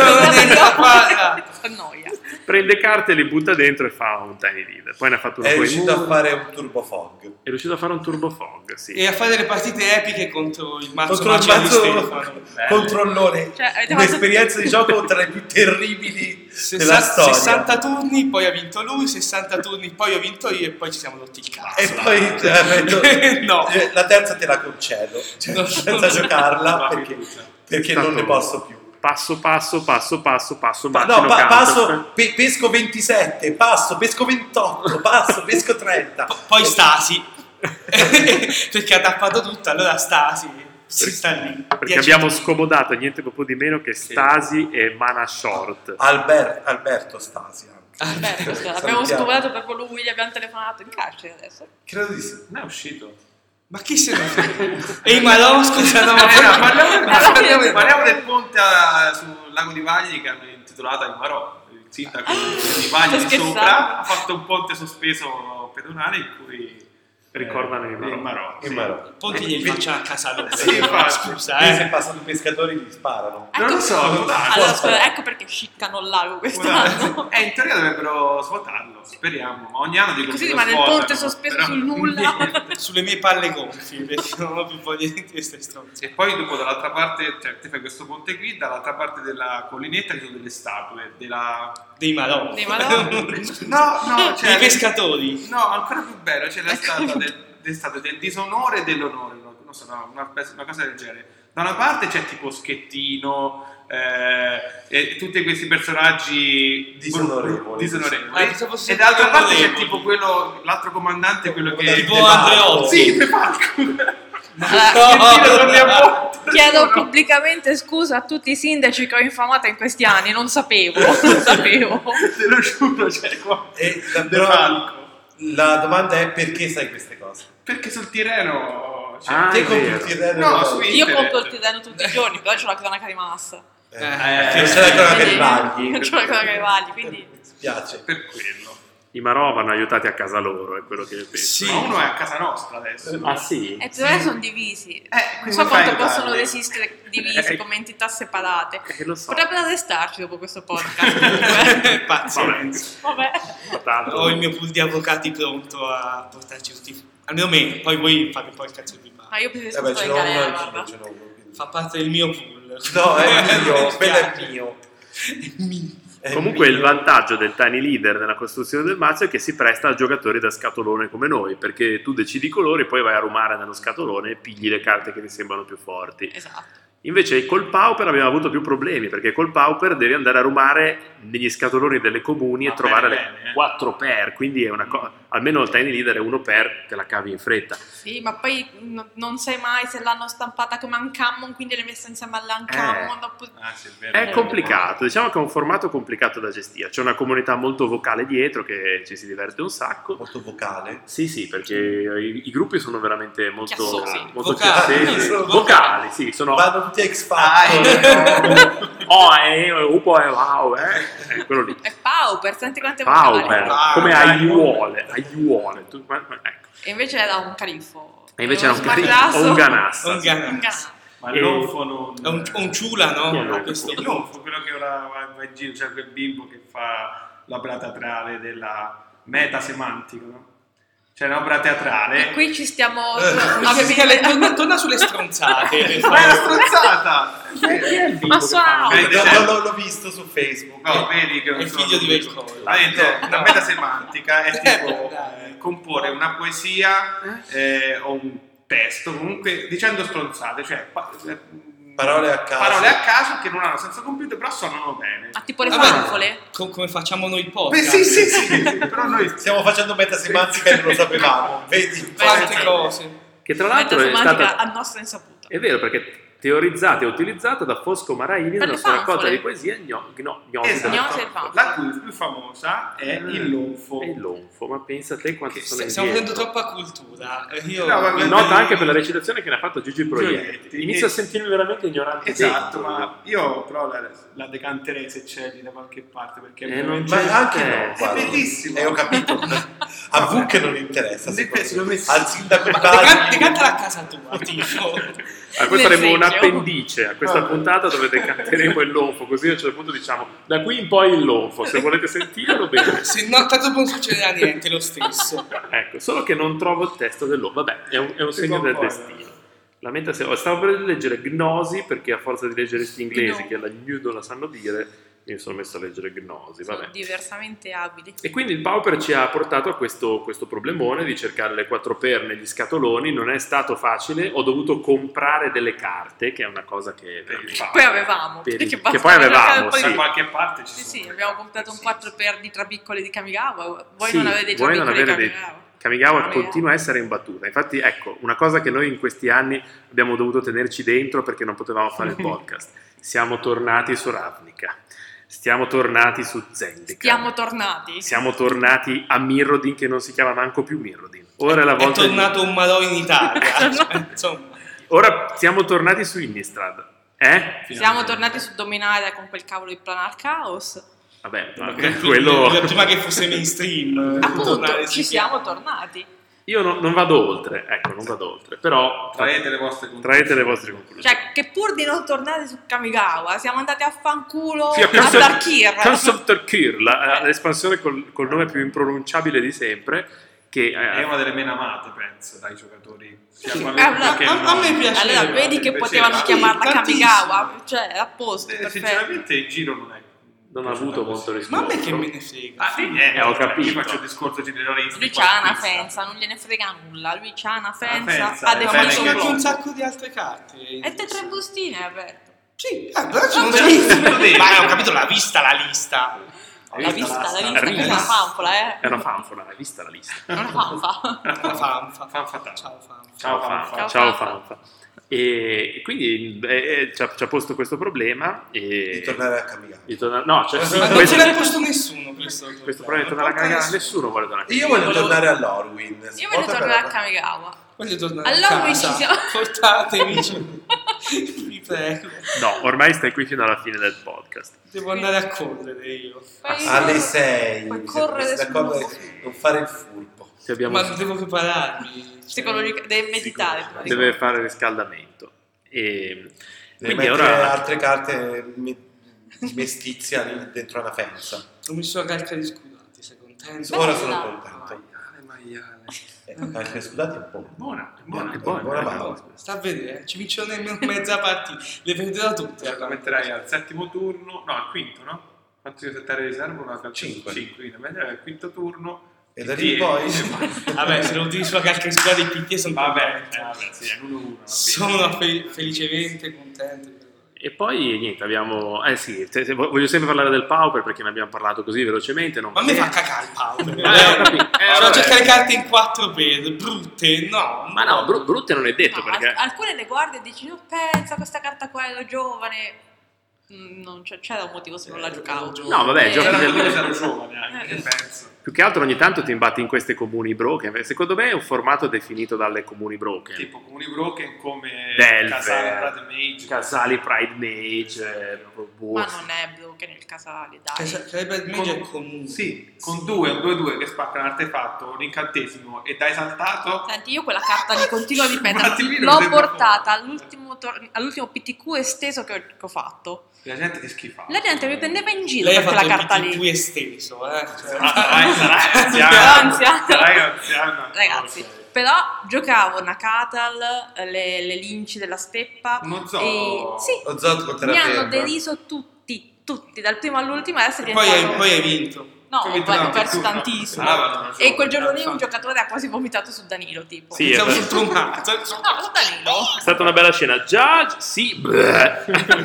Guarda. S'annoia. Prende carte, li butta dentro e fa un Tiny Leader. Poi ne ha fatto uno È con i riuscito a muri. fare un turbo fog. È riuscito a fare un Turbo Fog, sì. E a fare delle partite epiche contro il mazzo Contro il macina di mazzo Stefano. controllone, Cioè, avete fatto- un'esperienza di gioco tra le più terribili sessanta, della storia. sessanta turni, poi ha vinto lui, sessanta turni, poi ho vinto io e poi ci siamo rotti il cazzo. E poi cioè, metto- No. eh, la terza te la concedo, cioè, No. senza giocarla La perché, fiducia. perché Stato non ne posso più. Passo, passo, passo, passo, passo, Ma macino no, pa- counter. passo, pe- pesco ventisette, passo, pesco ventotto, passo, pesco trenta. Po- poi Stasi. Perché ha tappato tutto, allora Stasi si sta lì. Perché Dieci abbiamo turni. scomodato niente po' di meno che Stasi e Mana Short. Alber- Alberto Stasi anche. Beh, questo l'abbiamo Salutiamo. scovato proprio lui, gli abbiamo telefonato in carcere adesso. Credo di sì. Non è uscito. Ma chi se ne frega? E i Malò, scusa, no, ma Allora, parliamo, Alla parliamo- fine- parliamo del ponte a- sul lago di Vagli che hanno intitolato il Marò. Il sindaco di Vagli Sto di sopra scherzando. ha fatto un ponte sospeso pedonale in cui Ricordano il Marò. il Marò. Il sì. Marò. Ponti gli faccia a casa loro. Sì, infatti. Scusa, Lì se eh. passano i pescatori gli sparano. Non lo so, Ecco, dai. allora, scusa, ecco perché sciccano il lago quest'anno. Eh, in teoria dovrebbero svuotarlo, speriamo. Ma ogni anno dicono Così che lo rimane il svuotano, ponte sospeso però sul nulla. niente. Sulle mie palle gonfie, perché non ho più voglia di queste stronze. E poi dopo dall'altra parte, cioè te fai questo ponte qui, dall'altra parte della collinetta ci sono delle statue della... Dei Malò. Dei Malò. No, no, cioè... Dei pescatori. No, ancora più bello, c'è la statua del, del, statua del disonore e dell'onore, no, non so, no, una, una cosa del genere. Da una parte c'è tipo Schettino eh, e tutti questi personaggi Disonorevoli. bru- disonorevoli. Ah, pensavo fossero e dall'altra parte c'è onorevoli. tipo quello, l'altro comandante, quello che... Tipo Tipo Andreotti. Sì, De Falco. Allora, Schettino non ne ha molto, chiedo nessuno. pubblicamente scusa a tutti i sindaci che ho infamato in questi anni, non sapevo, non sapevo. Te lo giuro, c'è qua. E la, De però Falco. la domanda è perché sai queste cose? Perché sul Tirreno... cioè, Ah, Te è compri vero. il Tirreno? No, no? su Io internet. compro il Tirreno tutti i giorni, però c'ho la cronaca di massa. Eh, Eh, che c'è la cronaca Quindi- dei bagli. c'ho la cronaca dei bagli, quindi... Mi spiace. Per quello. I Marò vanno aiutati a casa loro, è quello che penso. Sì. Ma uno è a casa nostra adesso. Ah sì? E però sono divisi. Eh, Non come so fai quanto a possono aiutarli? resistere divisi Eh, come entità separate. Eh, lo so. Potrebbero arrestarci dopo questo podcast. comunque. Pazienza. Vabbè. Tanto- Ho il mio pool di avvocati pronto a portarci tutti. Almeno me, poi voi fate un po' il cazzo di Ma male. io preferisco Vabbè, stare ce in n'ho uno galera, anch'io, guarda. ce n'ho uno, quindi- Fa parte del mio pool. No, è mio, Mi quello è dispiace. mio. Mi- È Comunque il mio. vantaggio del Tiny Leader nella costruzione del mazzo è che si presta a giocatori da scatolone come noi, perché tu decidi i colori, poi vai a rumare nello scatolone e pigli le carte che ti sembrano più forti. Esatto. Invece col Pauper abbiamo avuto più problemi, perché col Pauper devi andare a rumare negli scatoloni delle comuni e Va trovare bene, le bene, eh. quattro per, quindi è una cosa... almeno il tiny leader è uno per, te la cavi in fretta. Sì, ma poi no- non sai mai se l'hanno stampata come Uncommon, quindi l'hai messa insieme all'Uncommon. dopo- Ah, sì, è vero. È complicato, diciamo che è un formato complicato da gestire, c'è una comunità molto vocale dietro che ci si diverte un sacco. Molto vocale. Sì, sì, perché i, i gruppi sono veramente molto, Chiassosi. molto Vocali. chiassesi. Sono vocali, sì, sono Vanno tutti a X Ah, Factor. oh, è un po' è wow, eh, è quello lì. È Pauper, senti quante Pauper, vocali. Ah, come dai, aiuole, aiuole. Tu- ma- ma- ecco. E invece era un califfo. E invece era un Smart carino Glass. o un ganassa. Un sì. ganassa. Un ganassa. Ma E- l'onfo non... È un, un ciula, no? Chi è l'onfo? Questo Il l'onfo, quello che ora va, va in giro, cioè quel bimbo che fa l'opera teatrale della metasemantica, no? C'è un'opera teatrale. E qui ci stiamo... Eh, no, si- si- che- torna, torna sulle stronzate. Ma è una stronzata! Ma suona Vedi, L'ho, c'è- l'ho- l'ho visto su Facebook. No, vedi che non È il sono figlio di convinto. Velcoro. Praticamente, No. la metasemantica è tipo Dai. eh, comporre una poesia eh, o un testo comunque dicendo stronzate, cioè pa- eh, Parole a caso. parole a caso che non hanno senso compiuto però suonano bene. Ah, tipo le Vabbè, fanfole? co- come facciamo noi Beh, podcast. sì, sì, sì, però noi Stiamo facendo metasemantica e non lo sapevamo. Vedi? Tante cose. Che tra l'altro è Metasemantica stata... a nostra insaputa. È vero, perché teorizzata e utilizzata da Fosco Maraini Per nella le sua raccolta fanfole. di poesie gno, gno, gnosi esatto, della- Gnosi e fanfole. la cui più famosa è il lonfo. E il lonfo, ma pensa a te quanto Che sono S- Stiamo indietro. facendo troppa cultura. Io No, vabbè, Nota anche per la recitazione che ne ha fatto Gigi Proietti. Proietti. Inizio a sentirmi veramente ignorante. Esatto, dentro. ma io però la, la decanterei se c'è lì da qualche parte perché Eh, è non veramente- c'è- Ma anche no, È guarda. bellissimo. E ho capito. A V che non interessa. Ne- secondo secondo me. me sì. Al sindaco di Ma Bari. decan- decantala a casa tua, tipo. Ah, poi faremo un L'esempio. appendice a questa puntata dove decanteremo il lonfo, così a un certo punto diciamo da qui in poi il lonfo, se volete sentirlo bene. Se no, tanto non succederà niente lo stesso. Ecco, solo che non trovo il testo dell'uomo. Vabbè, è un, è un Si segno può del poi, destino. Lamenta se... Stavo per leggere Gnosi, perché a forza di leggere sti inglesi, No. che la gnu non la sanno dire, mi sono messo a leggere Gnosi, Sono vabbè. diversamente abili. E quindi il Pauper ci ha portato a questo, questo problemone di cercare le quattro per negli scatoloni. Non è stato facile, ho dovuto comprare delle carte, che è una cosa che... veramente- Poi avevamo. Per- perché che bastava poi avevamo, cercare un po' di- sì. Da qualche parte ci Sì, sono. sì, abbiamo comprato un Sì. quattro per di trapiccoli di Kamigawa. Voi Sì, non avete i voi non trapiccoli di avere dei- Kamigawa. Kamigawa Kamigawa. continua a essere imbattuta. Infatti, ecco, una cosa che noi in questi anni abbiamo dovuto tenerci dentro perché non potevamo fare il podcast. Siamo tornati su Ravnica. Stiamo tornati su Zendikar. Siamo tornati. Siamo tornati a Mirrodin, che non si chiama manco più Mirrodin. Ora è la volta È di- tornato un Malò in Italia. Cioè, insomma. Ora siamo tornati su Innistrad. Eh? Siamo tornati su Dominaria con quel cavolo di Planar Chaos. Vabbè, ma Prima- quello... Prima che fosse mainstream. Appunto, tornare ci su- siamo tornati. Io non, non vado oltre, ecco, non vado oltre. Però Traete le vostre conclusioni. traete le vostre conclusioni. Cioè, che pur di non tornare su Kamigawa, siamo andati a fanculo Sì, a a Curse of- Darkir. Curse of Darkir, la- l'espansione col, col nome più impronunciabile di sempre, che È eh, una delle meno amate, penso, dai giocatori. Sia Sì. qualunque Eh, che a- non- a me piace. Allora, Piaceva, vedi che mi potevano piaceva. chiamarla Sì, Kamigawa, cioè, a posto, Eh, perfetto. sinceramente il giro non è non ha avuto molto Ma a riscontro. me che me ne frega. Ah, sì, niente, Eh, ho cioè, capito. Io faccio il discorso generalista. Lui c'ha una fenza, non gliene frega nulla. Lui c'ha una fenza, fenza, ha è definito bene Ma c'è un che- anche un blocco. sacco di altre carte. E te tre bustine è aperto. Sì, eh, però ci sono Vabbè. scritte. Ma ho capito, l'ha vista la lista. L'ha vista, l'ha vista, Rivista. è una fanfola, eh. È una fanfola, hai vista la lista. È una fanfa. La fanfa. Fanfa. Ciao fanfa. Ciao, Fanfa. Fanfa. Ciao, Fanfa. Fanfa. E, e quindi eh, eh, ci, ha, ci ha posto questo problema e Di tornare a Kamigawa. di tornare- no, cioè, Ma non questo, ce l'ha posto nessuno questo. questo problema di tornare a cagare, nessuno vuole tornare a Io cagare. voglio tornare all'Orwin. Si Io può voglio tornare a tornare Kamigawa. Voglio tornare Allora a noi casa. ci siamo- Portatemi giù. Vi prego. No, ormai stai qui fino alla fine del podcast. Devo andare a correre io. Poi- Alle sei. Puoi Mi siamo correre messi sul d'accordo muso. di non fare il furbo. Ti abbiamo- Ma devo prepararmi. Cioè, Psicologica- deve meditare. prima di deve fare riscaldamento. E Devi quindi mettere ora altre carte me- di mestizia lì dentro una fenza. Ho messo la carta di scudati, sei contento? Ora Bella. sono contento. Maiale, maiale. Eh, la carta di scudati è buona. Buona, è buona. È buona, buona è mano. buona. Sta a vedere, ci vincono nemmeno mezza partita. Le perderò tutte. La allora. metterai al settimo turno, no, al quinto, no? Quanto devi settare riserva? Una calcio Cinque. cinque, quindi la metterai al quinto turno. E da ti lì poi... Vabbè, se lo utilizzo sulla carta di scudati il P T sono Vabbè, contento. eh, vabbè, sì, è uno uno. Sono fe- felicemente contento. E poi niente, abbiamo eh sì, se- se- voglio sempre parlare del Pauper perché ne abbiamo parlato così velocemente, non Ma a me fa cacare il Eh, ho Paolo. capito. Eh, Cioè, vabbè. cercare carte in quattro per brutte, no. Ma no, bru- brutte non è detto No, perché... al- alcune le guardi e dici, no, pensa questa carta qua ero giovane. Mm, non c'è- c'era un motivo se non la giocavo. No, vabbè, Eh, giochi C'era del- quello ero giovane anche, Eh. penso. Più che altro ogni tanto ti imbatti in queste comuni broken. Secondo me è un formato definito dalle comuni broken. Tipo comuni broken come Delve, Casale Pride Mage. Casali Pride Mage, eh, boh. Ma non è broken il Casali, dai. Sarebbe meglio è comune. Sì, con due, un due due che spacca un artefatto, un incantesimo e dai saltato. Senti, io quella carta lì continuo a Un ripetere. attimino L'ho mi sembra portata fuori. all'ultimo, tor- all'ultimo P T Q esteso che ho, che ho fatto. La gente ti schifa. La gente mi prendeva in giro Lei ha per fatto quella il carta P T Q lì. esteso, eh. Cioè, Sarai, sarai anziano. Anziano. Sarai anziano. Ragazzi, Ok. però giocavo una Catal, le, le linci della steppa. Uno zoo. E, sì, Lo zoo con mi hanno terraferma. deriso tutti, tutti, dal primo all'ultimo. Adesso è E poi, hai, diventato... poi hai vinto. No, Poi ho vinto anche perso tu, no? tantissimo. Ah, ma e quel giorno lì infatti. un giocatore ha quasi vomitato su Danilo, tipo. Sì, è, Siamo vero. sfortunati. No, su Danilo. È stata una bella scena. Judge, sì, bleh.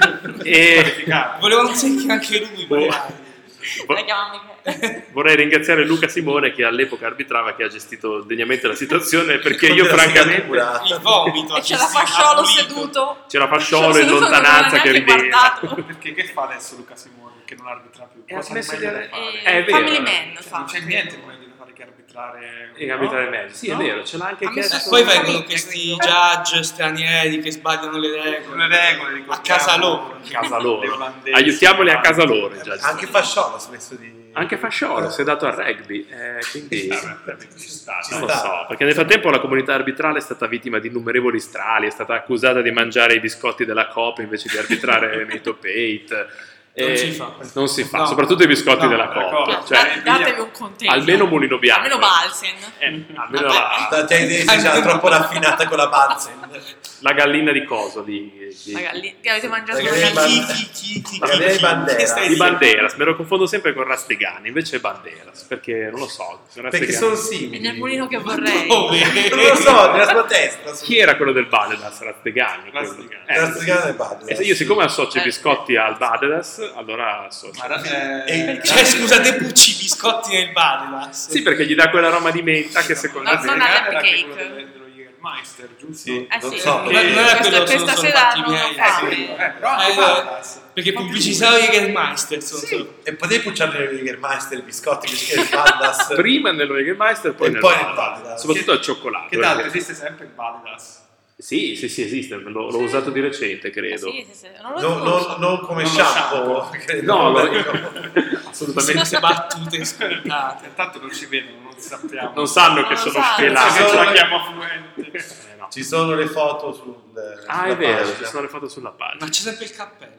e Qualificato. Volevamo sentire anche lui, Boh. magari. vo- La chiama Michele. vorrei ringraziare Luca Simone che all'epoca arbitrava, che ha gestito degnamente la situazione, perché io Come la francamente sicurata. Il vomito. E c'era Fasciolo seduto. c'era Fasciolo in Seduto, non lontananza l'aveva che neanche rideva. guardato. Perché che fa adesso Luca Simone che non arbitra più? E ha Cosa smesso meglio di- da fare? Eh, È vero. Family Man Cioè, fa. non c'è niente come di fare che arbitrare. E arbitrare meglio. Sì, No? è vero, ce l'ha anche Ha chiesto. messo- Poi Fammi- vengono questi judge stranieri che sbagliano le regole. Le regole, A ricordiamo. casa loro. A casa Le loro. olandesi. Aiutiamoli a casa loro. già. Anche Fasciolo ha smesso di... Anche Fasciolo si è dato al rugby, eh, quindi Vabbè, ci sta, Ci no? non lo sta. so, perché nel frattempo la comunità arbitrale è stata vittima di innumerevoli strali, è stata accusata di mangiare i biscotti della Copa invece di arbitrare nei top otto. Non si fa. Non si fa, No. soprattutto i biscotti No, della della Copa. Copa. Cioè, Da- datevi un contegno. almeno Mulino Bianco. Almeno Balsen. Eh, almeno la, La tua idea sei già troppo raffinata con la Balzen. la gallina di coso di, di, Magari che avete mangiato Perché una lei gallina. va- Chi, chi, chi, La galera di Bandera. Che stai di dicendo? Banderas. Me lo confondo sempre con Rastegani, invece è Banderas, perché non lo so. Perché Rastegani- sono È simili. nel mulino che vorrei. Dove? Non lo so, nella sua testa. Chi era quello del Badedas? Rastegani. quello- Rastegani. Eh, Rastegani e Balzen. E se io siccome associo i Eh. biscotti al Badedas, allora associo. Ma, eh, E- Cioè, scusate, bucci i biscotti nel Badelas. Sì, perché gli dà quell'aroma di menta che secondo No, me... non alla era anche quello cake. dello- dello Jägermeister, giusto? Sì, Eh non sì, so. Non è- non era questa, quello, questa sono- sono sera fatti non ho miei. fame. Sì, eh, però anche Eh, Badass. Perché pubblicità di Jägermeister sono Sì. solo- E potevi pucciare nel Jägermeister i biscotti invece che il Baldas. Prima nello Jägermeister, poi E nel poi nel Badedas. Badedas. Soprattutto Che- al cioccolato. Che tanto perché- esiste sempre il Badass. Sì, sì, sì, esiste, l'ho, l'ho usato di recente, credo. Sì, sì, sì. Non lo Non, non- so. non come Non lo shampoo. shampoo. credo. No, lo- Beh, assolutamente. battute scontate. Tanto non ci vedono, non sappiamo. Non sanno Non che lo sono sanno. spelato. Se Sono- ce la chiamo affluente. Eh, no. Ci sono le foto sul. Ah, sulla è vero, pagina. ci sono le foto sulla pagina. Ma c'è sempre il cappello.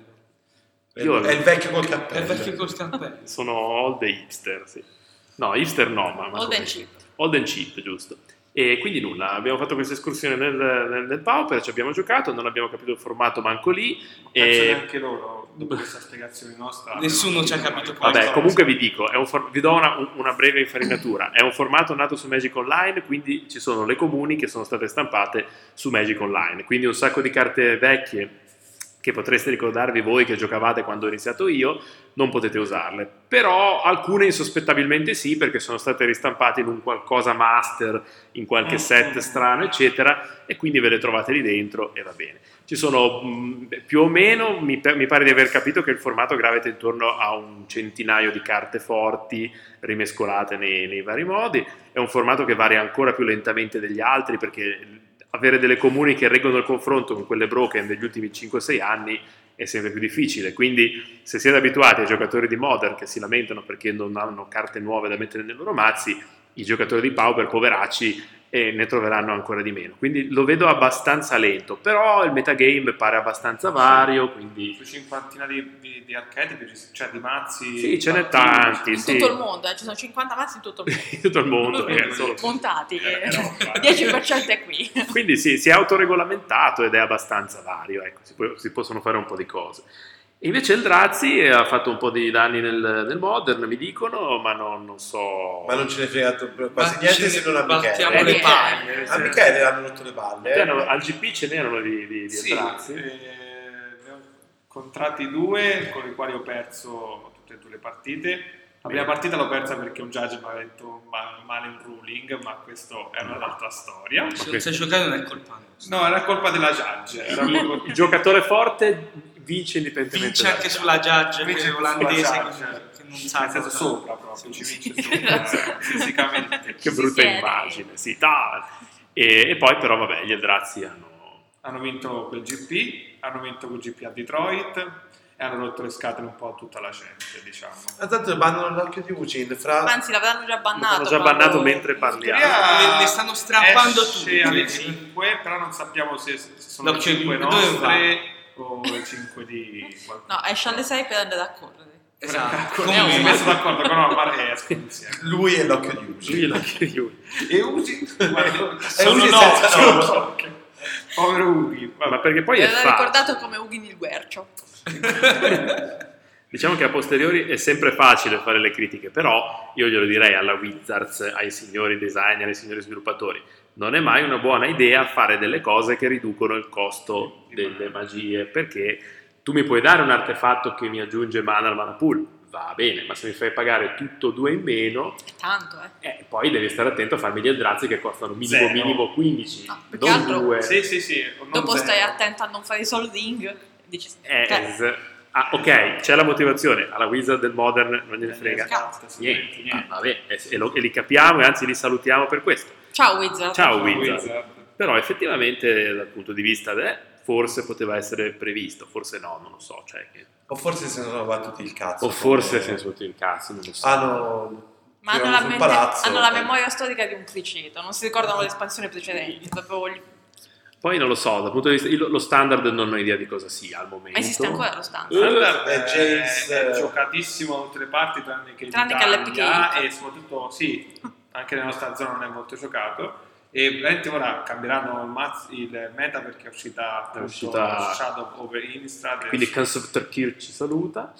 Io- È il vecchio col È cappello. vecchio col cappello. Sono old e hipster, sì. No, hipster no, ma... ma Old come- and cheap. Old and cheap, giusto. E quindi nulla, abbiamo fatto questa escursione nel, nel, nel Pauper, ci abbiamo giocato, non abbiamo capito il formato manco lì. Penso E... neanche loro, dopo questa spiegazione nostra. Nessuno abbiano ci ha mai capito qualcosa. Vabbè, comunque vi dico, è un for- vi do una, una breve infarinatura. È un formato nato su Magic Online, quindi ci sono le comuni che sono state stampate su Magic Online. Quindi un sacco di carte vecchie che potreste ricordarvi voi che giocavate quando ho iniziato io, non potete usarle. Però alcune insospettabilmente sì, perché sono state ristampate in un qualcosa master, in qualche set strano, eccetera, e quindi ve le trovate lì dentro e va bene. Ci sono mh, più o meno, mi, mi pare di aver capito che il formato gravita intorno a un centinaio di carte forti rimescolate nei, nei vari modi. È un formato che varia ancora più lentamente degli altri, perché avere delle comuni che reggono il confronto con quelle broken degli ultimi cinque sei anni è sempre più difficile. Quindi se siete abituati ai giocatori di Modern che si lamentano perché non hanno carte nuove da mettere nei loro mazzi, i giocatori di Pauper, poveracci, e ne troveranno ancora di meno. Quindi lo vedo abbastanza lento, però il metagame pare abbastanza vario, quindi Su cinquantina di, di, di archetipi, cioè di mazzi. sì, ce n'è fatti- tanti, In sì. tutto il mondo, eh, ci sono cinquanta mazzi in tutto il mondo. In tutto il mondo, eh, solo- montati. Eh, eh. no, guarda. dieci per cento è qui. Quindi sì, si è autoregolamentato ed è abbastanza vario, ecco, si, può- si possono fare un po' di cose. Invece il Drazzi ha fatto un po' di danni nel, nel Modern, mi dicono, ma non, non so... Ma non ce ne frega quasi Ma niente ce se ne non a battiamo Michele. le palle. A Michele hanno rotto le balle. eh. Erano- al G P ce n'erano di, di, di Sì, Drazzi? eh, ne ho contratti due con i quali ho perso tutte e due le partite. La prima partita l'ho persa perché un judge mi ha detto ma- male un ruling, ma questo è un'altra storia. Se non sai giocare non è colpa nostra. No, era colpa della judge. Era Il, proprio- il giocatore forte vince indipendentemente Vince dalla anche gara. sulla judge Vince che è sulla olandese judge, che, che non sa nel senso cosa- sopra proprio, ci vince sopra, eh, fisicamente. Che Ci brutta siede. immagine, sì, dai. E, e poi però vabbè, gli Eldrazi hanno... Hanno vinto quel G P, hanno vinto quel G P a Detroit e hanno rotto le scatole un po' a tutta la gente, diciamo. Ma tanto bannano l'occhio di Eugene fra... Anzi, l'avranno già bannato. L'hanno già quando- bannato mentre parliamo. Teoria Le- le stanno strappando esce tutte. alle cinque, però non sappiamo se se sono le L'occhio di- cinque dove nostre o le cinque di qualcuno. No, esce alle sei per andare a correre. Esatto. Come Come si è me. messo d'accordo con Omar e escono insieme. Lui è l'occhio di Lui Eugene. è l'occhio di Uri. E Ugi, guarda, È sono Ugi no, senza sono nome. no. Povero Ugi. Ma perché poi è L'aveva facile. ricordato come Ugin il Guercio. Diciamo che a posteriori è sempre facile fare le critiche, però io glielo direi alla Wizards, ai signori designer, ai signori sviluppatori, non è mai una buona idea fare delle cose che riducono il costo delle magie, perché tu mi puoi dare un artefatto che mi aggiunge mana al mana pool, va bene, ma se mi fai pagare tutto due in meno, È tanto, eh. eh, poi devi stare attento a farmi gli Eldrazi che costano minimo Zero. minimo quindici, No, più che non altro- due. Sì, sì, sì. non Dopo stai zero. attento a non fare i solding. Dici, Eh, cioè, es- ah, ok, c'è la motivazione, alla Wizard del Modern non gliene frega Esatto, niente, niente. ah, vabbè, e, e lo- e li capiamo e anzi li salutiamo per questo. ciao Wizard. Ciao Wizard. Wizard. Però effettivamente dal punto di vista de, forse poteva essere previsto, forse no, non lo so, cioè che- O forse se ne sono battuti il cazzo. o forse come- se ne sono tutti in cazzo, non lo so. Hanno... Ma hanno tirano la, sul mente- palazzo, hanno la poi- memoria storica di un criceto, non si ricordano le espansioni precedenti. Proprio gli- Poi non lo so, dal punto di vista io lo standard non ho idea di cosa sia al momento. Ma esiste ancora lo standard? Standard Eh, è, Jace, è eh, giocatissimo da tutte le parti tranne che in Tranne che Italia all'Epic Games. e soprattutto sì, anche nella nostra zona non è molto giocato e veramente ora cambieranno il, mazz- il meta perché è uscita, appunto, uscita- Shadow over Innistrad Quindi Cans of Tarkir ci saluta.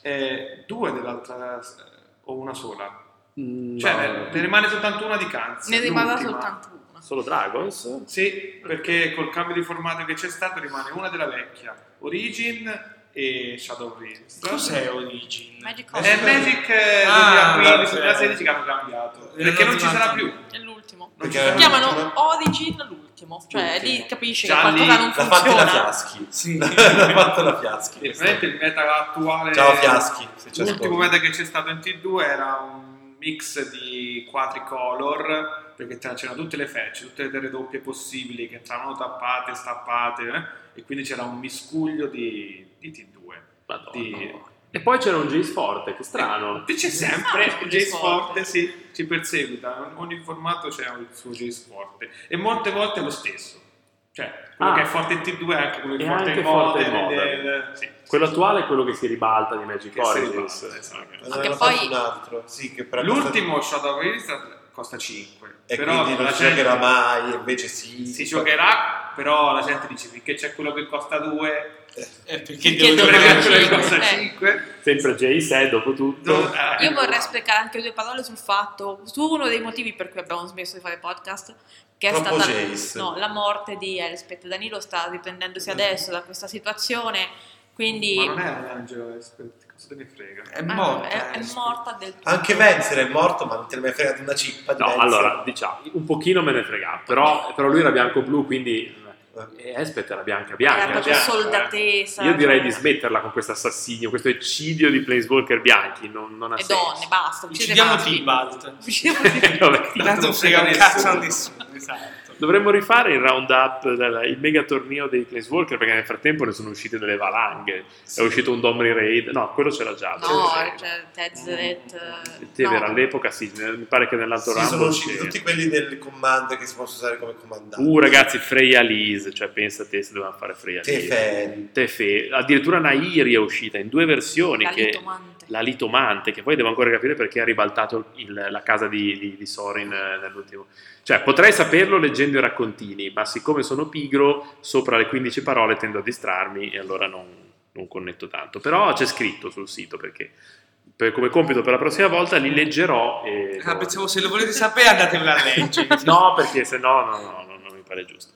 e due dell'altra o una sola Mm, cioè no, ne, ne rimane soltanto una di Cans Ne rimarrà l'ultima. soltanto una. solo Dragons? Sì, perché col cambio di formato che c'è stato rimane una della vecchia Origin e Shadow of Innistrad. Cos'è Origin? Magic Eh, È Origin. Magic eh, Ah, duemilaquindici vabbè. duemilasedici che hanno cambiato Eh, perché non ci non sarà tanto. più. È l'ultimo. Non ci Perché- sarà Lo chiamano l'ultimo. Origin l'ultimo. Cioè L'ultimo. lì capisci Già che lì qualcosa non L'ha fatta la funziona. Fiaschi. Sì. L'ha fatta la Fiaschi. E veramente il meta attuale. Ciao Fiaschi, se ci L'ultimo ascolti. meta che c'è stato in T due era un mix di quadricolor perché c'erano tutte le fetch, tutte le terre doppie possibili che entravano tappate, stappate eh, e quindi c'era un miscuglio di, di T due. Madonna. Di- E poi c'era un Jace forte, che strano. Qui c'è sempre Ah, il Jace Jace forte. forte, sì, ci perseguita, ogni formato c'è il suo Jace forte e molte volte è lo stesso. Cioè, quello Ah. che è forte in T due è anche quello che È è forte anche in forte in Modern. Modern. del- sì. Quello attuale è quello che si ribalta di Magic Che si Origins. ribalta, esatto. Ne Anche avevano poi- fatto un altro. Sì, che però L'ultimo Shadow of Innistrad costa cinque. E però quindi non la si gente giocherà mai, invece sì. si giocherà, però la gente dice finché c'è quello che costa due, Eh, perché Perché devo devo dovrei giocare giocare quello che cinque, costa eh. cinque. Sempre Jace, eh, dopo tutto. Io vorrei sprecare anche due parole sul fatto, su uno dei motivi per cui abbiamo smesso di fare podcast, che è Troppo stata Jace. no, la morte di Elspeth. Danilo sta riprendendosi adesso da questa situazione, quindi Ma non è un angelo, aspetta, cosa te ne frega? È ah, morta. è, è morta del tutto. Anche Venser è morto, ma non te ne mai fregato una cippa di No, Venser. allora, diciamo, un pochino me ne fregava, però, però lui era bianco-blu, quindi e Elspeth era Era bianca-bianca. proprio bianca, soldatessa. Io direi cioè, di smetterla con questo assassinio, questo eccidio di Planeswalker bianchi, non, non ha e senso. donne, basta. uccidete Uccidiamo maschi. Tibalt. Uccidiamo Tibalt. Vabbè, Tanto non frega un cazzo a nessuno. Esatto. dovremmo rifare il round-up, del, il mega torneo dei Planeswalker, perché nel frattempo ne sono uscite delle valanghe. È uscito un Domri Raid, no, quello c'era già. No, c'era- cioè Tezzeret. Tever no. all'epoca sì, mi pare che nell'altro Sì, round sono usciti c'era. tutti quelli del comando che si possono usare come comandante. Uh ragazzi, Freya Lise, cioè pensa te se dovevano fare Freya Lise. Teferi. Tefe, addirittura Nairi è uscita in due versioni, La che, litomante. la litomante, che poi devo ancora capire perché ha ribaltato il- la casa di, di, di Sorin eh, nell'ultimo. Cioè potrei saperlo leggendo i raccontini, ma siccome sono pigro, sopra le quindici parole tendo a distrarmi e allora non, non connetto tanto. Però c'è scritto sul sito, perché per- come compito per la prossima volta li leggerò. E Ah, pensavo se lo volete sapere andatevela a leggere. no, perché se no, no, no, no, non mi pare giusto.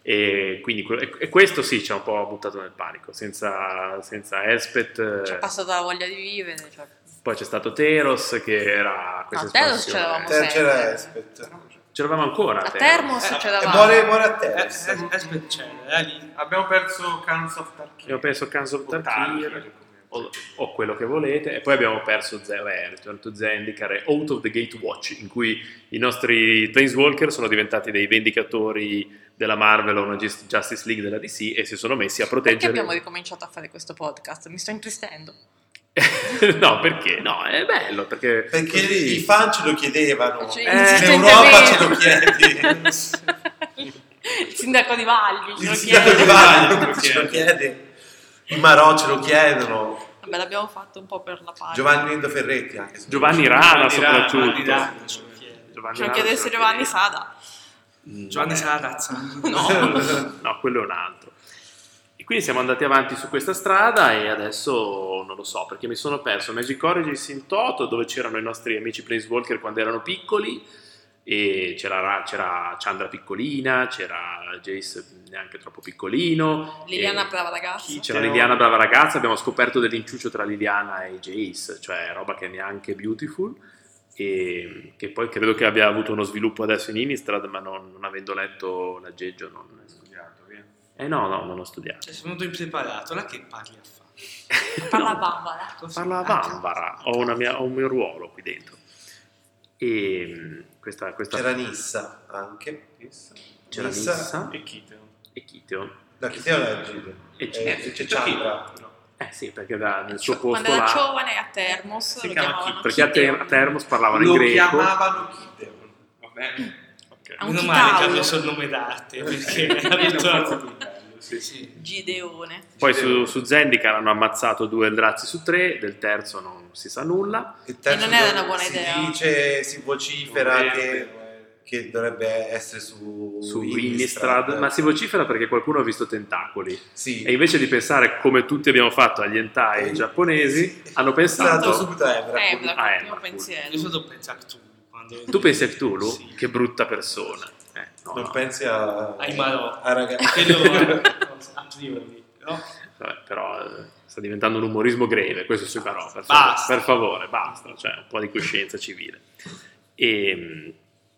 E quindi que- e questo sì ci ha un po' buttato nel panico, senza, senza Elspeth. C'è eh, passata la voglia di vivere. Cioè. Poi Poi c'è stato Teros che era questa No, Teros espansione. c'eravamo Te- c'era sempre. Espet. C'eravamo ancora A Teros. Termos Eh, ce E l'avamo. muore, muore a Eh, Teres. eh, eh, c'è, era lì. Abbiamo perso Cans of Tarkir. Io penso Cans of O Tarkir Tarkir, o, o quello che volete, e poi abbiamo perso Ze- eh, Return to Zendikar e Out of the Gate Watch, in cui i nostri Planeswalker sono diventati dei vendicatori della Marvel o una Just- Justice League della D C e si sono messi a Perché proteggere. abbiamo ricominciato a fare questo podcast? Mi sto intristendo. No, perché? No, è bello perché Perché i fan ce lo chiedevano. Cioè, Eh, L'Europa ce lo insistentemente. chiede. Il sindaco di Valli ce Il lo sindaco chiede. di Vaglio ce lo chiede. I Marò ce lo chiedono. Vabbè, l'abbiamo fatto un po' per la pace. Giovanni Lindo Ferretti anche. se- Giovanni Rana Giovanni Rana, soprattutto. Giovanni Rana, ce lo chiede. Giovanni Ce lo Rana chiedesse ce lo Giovanni chiede. Sada. Giovanni Sarazza. No. No, quello è un altro. E quindi siamo andati avanti su questa strada e adesso non lo so perché mi sono perso Magic Origins in toto, dove c'erano i nostri amici Planeswalker quando erano piccoli e c'era, Ra- c'era Chandra piccolina, c'era Jace neanche troppo piccolino, Liliana e brava ragazza. c'era Liliana brava ragazza. Abbiamo scoperto dell'inciuccio tra Liliana e Jace, cioè roba che è neanche beautiful, e che poi credo che abbia avuto uno sviluppo adesso in Innistrad, ma non, non avendo letto l'aggeggio non ho studiato. Via. Eh no, no, non ho studiato. Cioè, sei venuto impreparato, là che parli a fare? Parla a bambala. Parla a Vanvara, ho, una mia- ho un mio ruolo qui dentro. E mh, questa, questa C'era Nissa anche. c'era Nissa. Nissa E Kiteon. e Kiteon. Da chi te la leggi? E Eh, c'è- c'è Chandra. Eh sì, perché da- nel suo Quando posto era là, giovane a Termos Si lo chiama chiamavano perché a, Te- Kiteon. a Termos parlavano in Lo greco. chiamavano Kiteon. Va bene. Ok. Ha un Meno male che chitauro. abbia il nome d'arte, perché Quello era è un tutto- pezzo più bello, sì. Sì. Gideone. Poi su, su Zendikar hanno ammazzato due Eldrazi su tre, del terzo non si sa nulla. Il terzo E non era dove una buona si idea. dice, si vocifera Vero, che, vero, che dovrebbe essere su, Su Innistrad. Innistrad, ma si vocifera perché qualcuno ha visto tentacoli. Sì. E invece di pensare come tutti abbiamo fatto agli hentai giapponesi, Sì. hanno Pensato pensato. subito a Evra. Eh, la Ah, eh, primo ma- pensiero. Io solo penso a Cthulhu. Quando... Tu pensi a Cthulhu? Sì. Che brutta persona. Eh, no, Non no. pensi a... Ai Marò. a ragazzi. Quello a priori, no? Vabbè, però eh, sta diventando un umorismo greve, questo sui parò, per, Basta. favore, per favore, basta, cioè un po' di coscienza civile. E,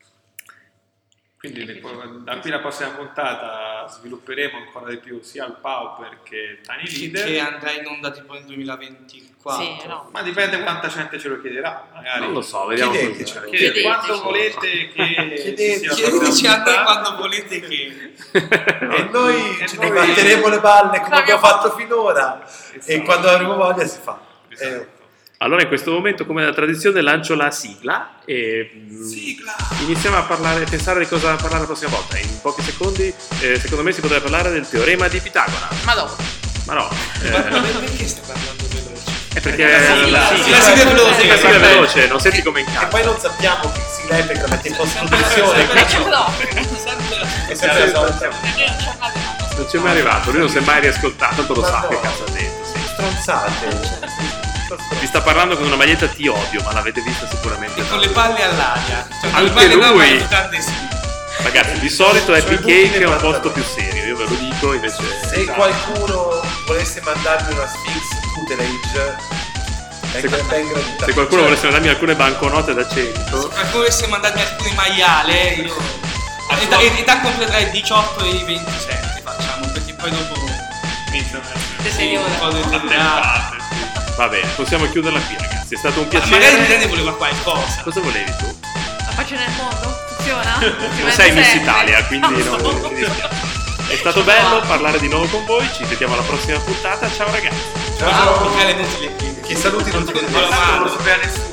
Quindi da qui la prossima puntata svilupperemo ancora di più sia il Pauper che Tiny Che, Leader. che andrà in onda tipo nel duemilaventiquattro. Sì, no. Ma dipende quanta gente ce lo chiederà, magari. non lo so, vediamo. Chiedetecelo. cosa- Chiedete Chiedeteci. quanto volete che Chiedete- ci sia la Chiedeteci a noi prossima quando volete che... E noi E ce noi- ne batteremo le balle come abbiamo fatto finora. puntata. E quando avremo voglia si fa. Esatto. Eh, Allora in questo momento, come da tradizione, lancio la sigla e mm, Sigla! iniziamo a parlare, pensare di cosa parlare la prossima volta. In pochi secondi, eh, secondo me, si potrebbe parlare del teorema di Pitagora. Ma dopo. Ma no, Ma eh, perché stai parlando veloce? è perché La sigla, la la sigla, sigla è veloce, la sigla è perfetto. veloce, non senti come E incazzo. poi non sappiamo che sigla è perché la mette in post-produzione. Non quindi ce l'ho. Sempre la è sempre la solita. Perché non c'è mai Non ci è mai arrivato, lui non si è mai riascoltato, tanto lo Ma sa no. che cazzo ha detto. Sì. Stronzate. Vi sta parlando con una maglietta Ti odio, ma l'avete vista sicuramente. E con no? le palle all'aria. Cioè, con Anche le palle lui. all'aria, grande sì. Ragazzi, di solito Happy Suoi buchi Cake nei è un posto pantaloni. più serio, io ve lo dico, invece. Se qualcuno volesse mandarmi una Sphinx tutelage, è Se- ben gradita. Se qualcuno Cioè, volesse mandarmi alcune banconote da Se cento, qualcuno volesse mandarmi alcuni maiale, io... Età, età compresa tra i diciotto e i ventisette facciamo, perché poi dopo... Iniziano a essere Sì, un po' di attempate. va bene, possiamo chiuderla qui, ragazzi. È stato un Ma piacere. magari Irene voleva qualcosa. Cosa volevi tu? La pace nel mondo? Funziona? Non sei Miss Italia, quindi non mi dispiace. È stato bello parlare di nuovo con voi. Ci vediamo alla prossima puntata. Ciao ragazzi. Ciao, Ah, ciao. Michele, non ti le chiedi. Che saluti non ti Con la vedo. Non mano. lo sapeva nessuno.